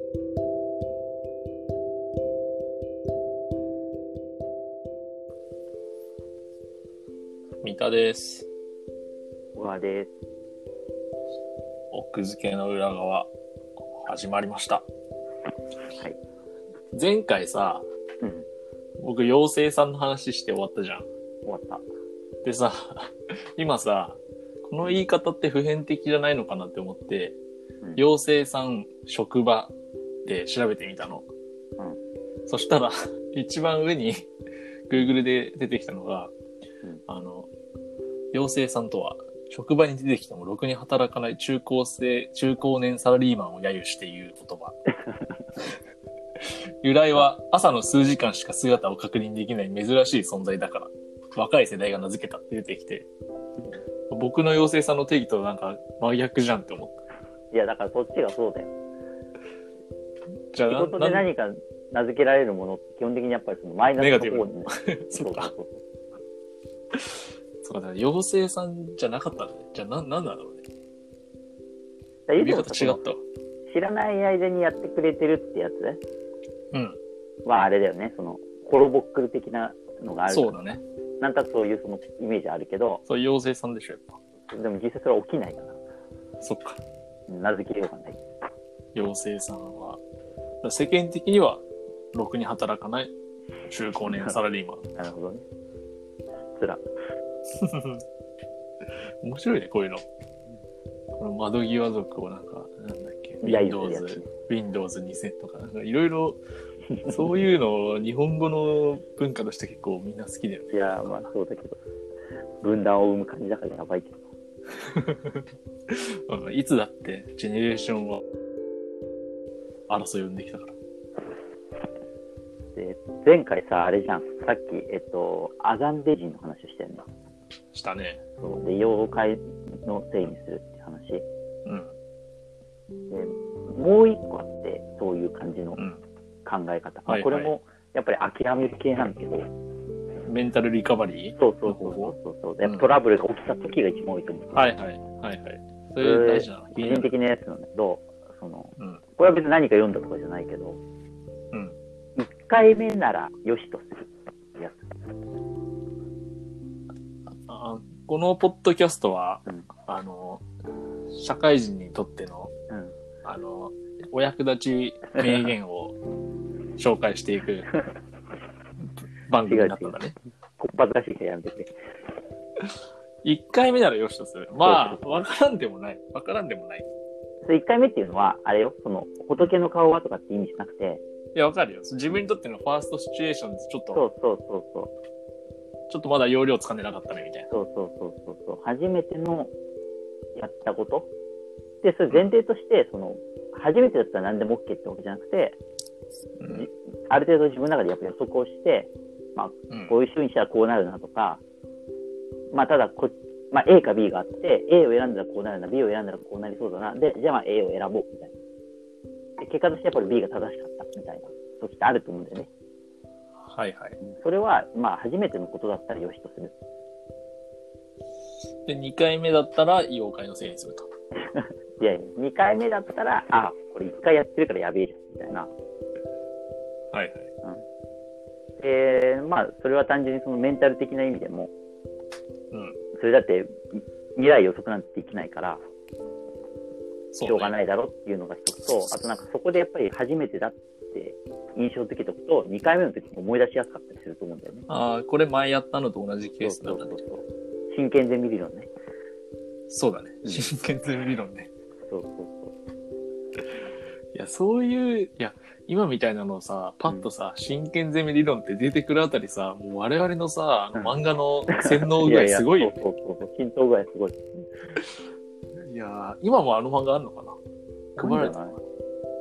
三田です。 小川です。 奥付けの裏側始まりました。 はい。 前回さ、僕妖精さんの話して終わったじゃん。 終わった。 でさ、今さ、この言い方って普遍的じゃないのかなって思って、妖精さん職場で調べてみたの。そしたら一番上にGoogle で出てきたのが、妖精さんとは職場に出てきてもろくに働かない中高年サラリーマンを揶揄して言う言葉。由来は朝の数時間しか姿を確認できない珍しい存在だから若い世代が名付けたって出てきて、僕の妖精さんの定義となんか真逆じゃんって思った。 いやだからそっちがそうだよ。 じゃあ仕事で何か名付けられるものって基本的にやっぱりそのマイナスの方に、ね、 そうか。そうだ、妖精さんじゃなかったんだね。じゃあなんだろうね。呼び方違ったわ。 知らない間にやってくれてるってやつはあれだよね。そのホロボックル的なのがある。 そうだね。 なんかそういうそのイメージあるけど。 そう、妖精さんでしょ、やっぱ。でも実際それは起きないから。 そっか。 名付けようがない。 妖精さんは、世間的にはろくに働かない中高年サラリーマン。 なるほどね。つら。 面白いね、こういうの。この窓際族をなんだっけ、Windows 2000とか、なんかいろいろ、そういうのを日本語の文化として結構みんな好きだよね。 いやまあそうだけど、分断を生む感じだからやばいけど。いつだってジェネレーションは争いを生んできたから。 で、前回さ、あれじゃん。さっき、アザンデ人の話をしたよね。 したね。 そう。で、妖怪のせいにするって話。で、もう一個あって、そういう感じの考え方。これも、やっぱり諦める系なんだけど。 メンタルリカバリー？ そう。やっぱトラブルが起きた時が一番多いと思う。 はい。それ大事なの。 個人的なやつなんだけど、これは別に何か読んだとかじゃないけど、1回目なら良しとするやつ。 このポッドキャストは、社会人にとっての、お役立ち名言を紹介していく番組になったんだね。 こっぱずかしいからやめてくれ。 1回目なら良しとする。まあ、わからんでもない。 1回目っていうのは、あれよ、その、仏の顔はとかって意味じゃなくて。 いや、わかるよ。自分にとってのファーストシチュエーションでちょっと。 そう。 ちょっとまだ容量つかんでなかったね、みたいな。 そう。初めてのやったこと。で、それ前提として、その、初めてだったら何でも OK ってわけじゃなくて、ある程度自分の中でやっぱ予測をして、こういう風にしたらこうなるなとか、ただA か B があって、A を選んだらこうなるな、B を選んだらこうなりそうだな、で、じゃあA を選ぼう、みたいな。で、結果としてやっぱり B が正しかった、みたいな時ってあると思うんだよね。 はい。 それは、初めてのことだったら良しとする。 で、2回目だったら妖怪のせいにすると。 いや、2回目だったら、これ1回やってるからやべえじゃん、みたいな。 はい。 それは単純にそのメンタル的な意味でも、それだって未来予測なんてできないから、しょうがないだろっていうのが一つと、あとなんかそこでやっぱり初めてだって印象づけとくと、2回目の時に思い出しやすかったりすると思うんだよね。 これ前やったのと同じケースなんだね。そう。 真剣ゼミ理論ね。 そうだね。真剣ゼミ理論ね。 そう。 いや、そういう、今みたいなのをさ、パッとさ、真剣ゼミ理論って出てくるあたりさ、もう我々のさ、漫画の洗脳具合すごいよね。 そう。浸透具合すごい。 いやー、今もあの漫画あんのかな？配られたのかな？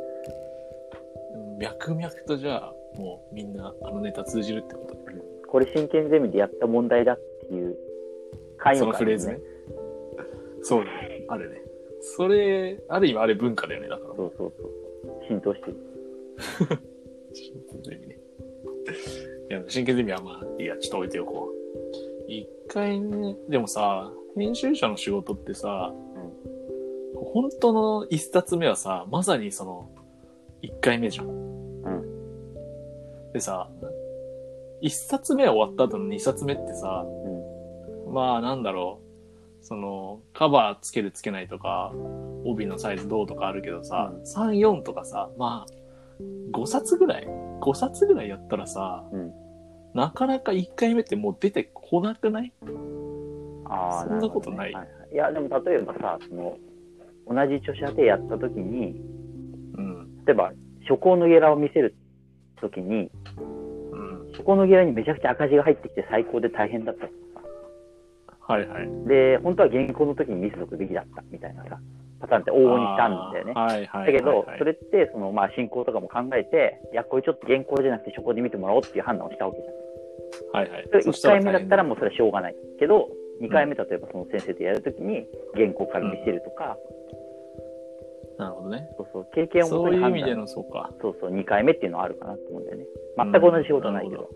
脈々とじゃあ、もうみんなあのネタ通じるってことで。 これ真剣ゼミでやった問題だっていうそのフレーズね。そうだね。あるね。それ、ある意味あれ文化だよね、だから。 そう。浸透してる。 真剣ゼミね。いや、真剣ゼミはいいや、ちょっと置いておこう。一回ね、でもさ、編集者の仕事ってさ、本当の一冊目はさ、まさにその、 1回目じゃん。 うん。 でさ、1冊目終わった後の2冊目ってさ、まあなんだろう、その、カバーつけるつけないとか、帯のサイズどうとかあるけどさ、3、4とかさ、まあ、5冊ぐらいやったらさ、なかなか1回目ってもう出てこなくない？ ああ、 そんなことない。 いや、でも例えばさ、その、同じ著者でやったときに、例えば、初稿のゲラを見せるときに、初稿のゲラにめちゃくちゃ赤字が入ってきて最高で大変だったとか。 はいはい。 で、本当は原稿の時に見せとくべきだったみたいなさ、パターンって往々にしたんだよね。だけど、それって、その、まあ、進行とかも考えて、いや、これちょっと原稿じゃなくて初稿で見てもらおうっていう判断をしたわけじゃん。はいはい。1回目だったらもうそれはしょうがない。けど、2回目、例えばその先生とやるときに原稿から見せるとか、 なるほどね。 そうそう、経験をもとに判断。 そういう意味での、そうか。 そうそう、2回目っていうのはあるかなと思うんだよね。全く同じ仕事はないけど。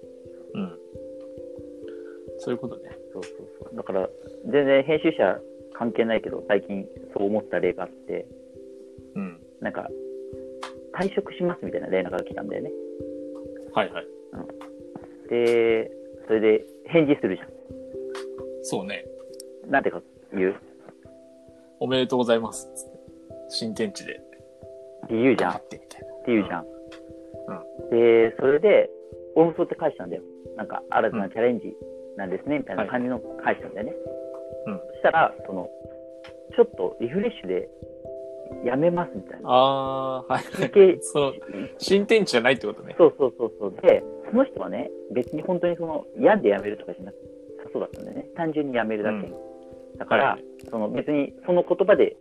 そういうことね。 そう。だから、全然編集者関係ないけど、最近そう思った例があって、なんか、退職しますみたいな連絡が来たんだよね。 はいはい。 で、それで返事するじゃん。 そうね。 なんてか言う？ おめでとうございます。新天地で。 って言うじゃん。って言うじゃん。で、それで、俺もそうやって返したんだよ。なんか、新たなチャレンジなんですね、みたいな感じの返したんだよね。そしたら、その、ちょっとリフレッシュでやめますみたいな。 はい。その、新天地じゃないってことね。 そう。で、その人はね、別に本当にその、病んでやめるとかじゃなくて、そうだったんだよね。単純にやめるだけ。だから、その別にその言葉で、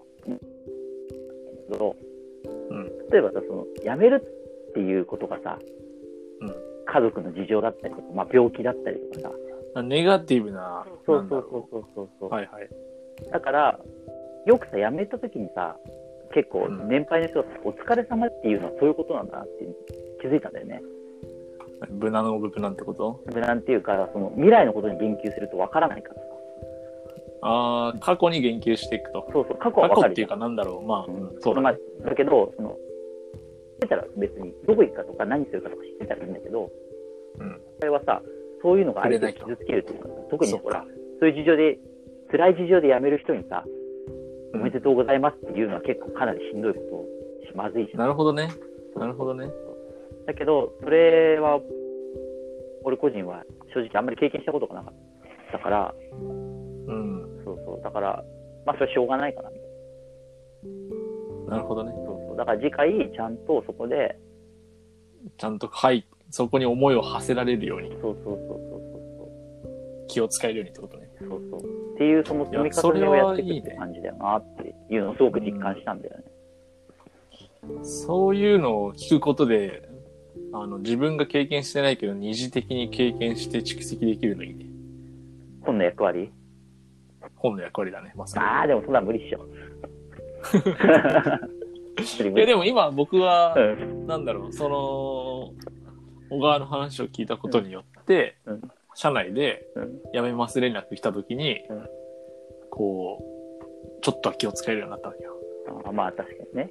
例えばさ、その、やめるっていうことがさ、家族の事情だったりとか、まあ病気だったりとかさ。ネガティブな。 そう。 はいはい。 だから、よくさ、辞めた時にさ、結構年配の人がお疲れ様っていうのはそういうことなんだなって気づいたんだよね。 無難の無難ってこと？ 無難っていうか、その未来のことに言及するとわからないからさ。 過去に言及していくと。 そう、過去はわかる。 過去っていうかなんだろう。まあ、 そうだね。だけど、その、知ってたら別にどこ行くかとか何するかとか知ってたらいいんだけど、それはさ、そういうのが相手を傷つけるというか、特にほら、そういう事情で、辛い事情で辞める人にさ、おめでとうございますっていうのは結構かなりしんどいことしまずいじゃん。 なるほどね。 だけど、それは、俺個人は正直あんまり経験したことがなかったから、そう。だから、まあそれはしょうがないかな、みたいな。なるほどね。 そう。だから次回、ちゃんとそこで、 ちゃんと、そこに思いを馳せられるように。 そう。 気を使えるようにってことね。 そう。っていう、その積み重ねをやっていくって感じだよなっていうのをすごく実感したんだよね。 そういうのを聞くことで、自分が経験してないけど、二次的に経験して蓄積できるのいいね。 本の役割だね、まさに。でもそんな無理っしょ。 いや、でも今僕は、なんだろう、その、小川の話を聞いたことによって、社内で辞めます連絡来た時に、こう、ちょっとは気を使えるようになったわけよ。 まあ確かにね。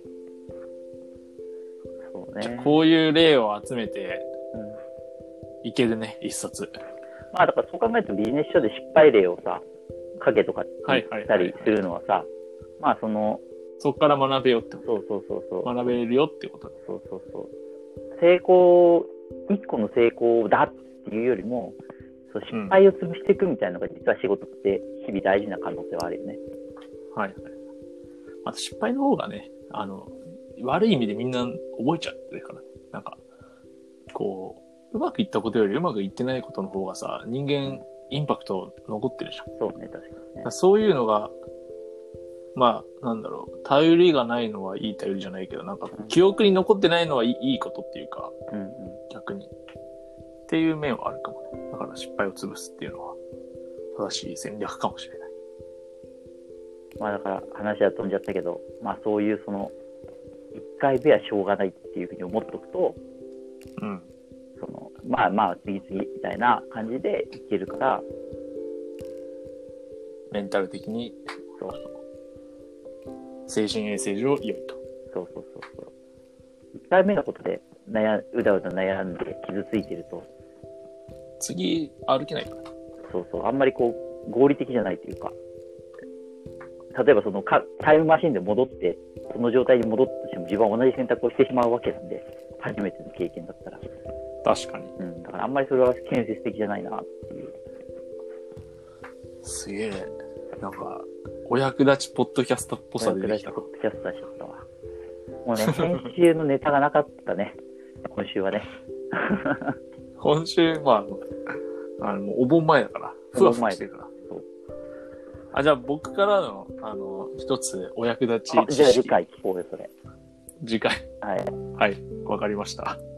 そうね。 こういう例を集めて、いけるね、一冊。 まあだからそう考えるとビジネス書で失敗例をさ、書けとか言ったりするのはさ、まあその、 そこから学べよってこと。 そう。 学べれるよってことだ。 そう。成功、一個の成功だっていうよりも、失敗を潰していくみたいなのが実は仕事って日々大事な可能性はあるよね。 はい。あと失敗の方がね、悪い意味でみんな覚えちゃってるから、ね、なんか、こう、うまくいったことよりうまくいってないことの方がさ、人間、インパクト残ってるじゃん。 そうね、確かにね。 そういうのが、まあ、なんだろう、頼りがないのはいい頼りじゃないけど、なんか、記憶に残ってないのはいいことっていうか、逆に。っていう面はあるかもね。だから失敗を潰すっていうのは、正しい戦略かもしれない。 まあだから話は飛んじゃったけど、まあそういうその、一回目はしょうがないっていうふうに思っておくと、その、まあ次々みたいな感じでいけるから、 メンタル的に、精神衛生上良いと。 そう。一控えめなことでうだうだ悩んで傷ついてると、 次、歩けないから。 そうそう、あんまりこう、合理的じゃないというか、例えばそのタイムマシンで戻って、その状態に戻ってしても自分は同じ選択をしてしまうわけなんで、初めての経験だったら。 確かに。 うん、だからあんまりそれは建設的じゃないなっていう。 すげえ。なんか、お役立ちポッドキャストっぽさでできた。 ポッドキャスターしちゃったわ。もうね、先週のネタがなかったね。今週はね。 今週、まあ、もうお盆前だから、ふわふわしてるから。じゃあ僕からの、一つお役立ち知識。 じゃあ次回聞こうよ、それ。 次回。 はい。 はい、わかりました。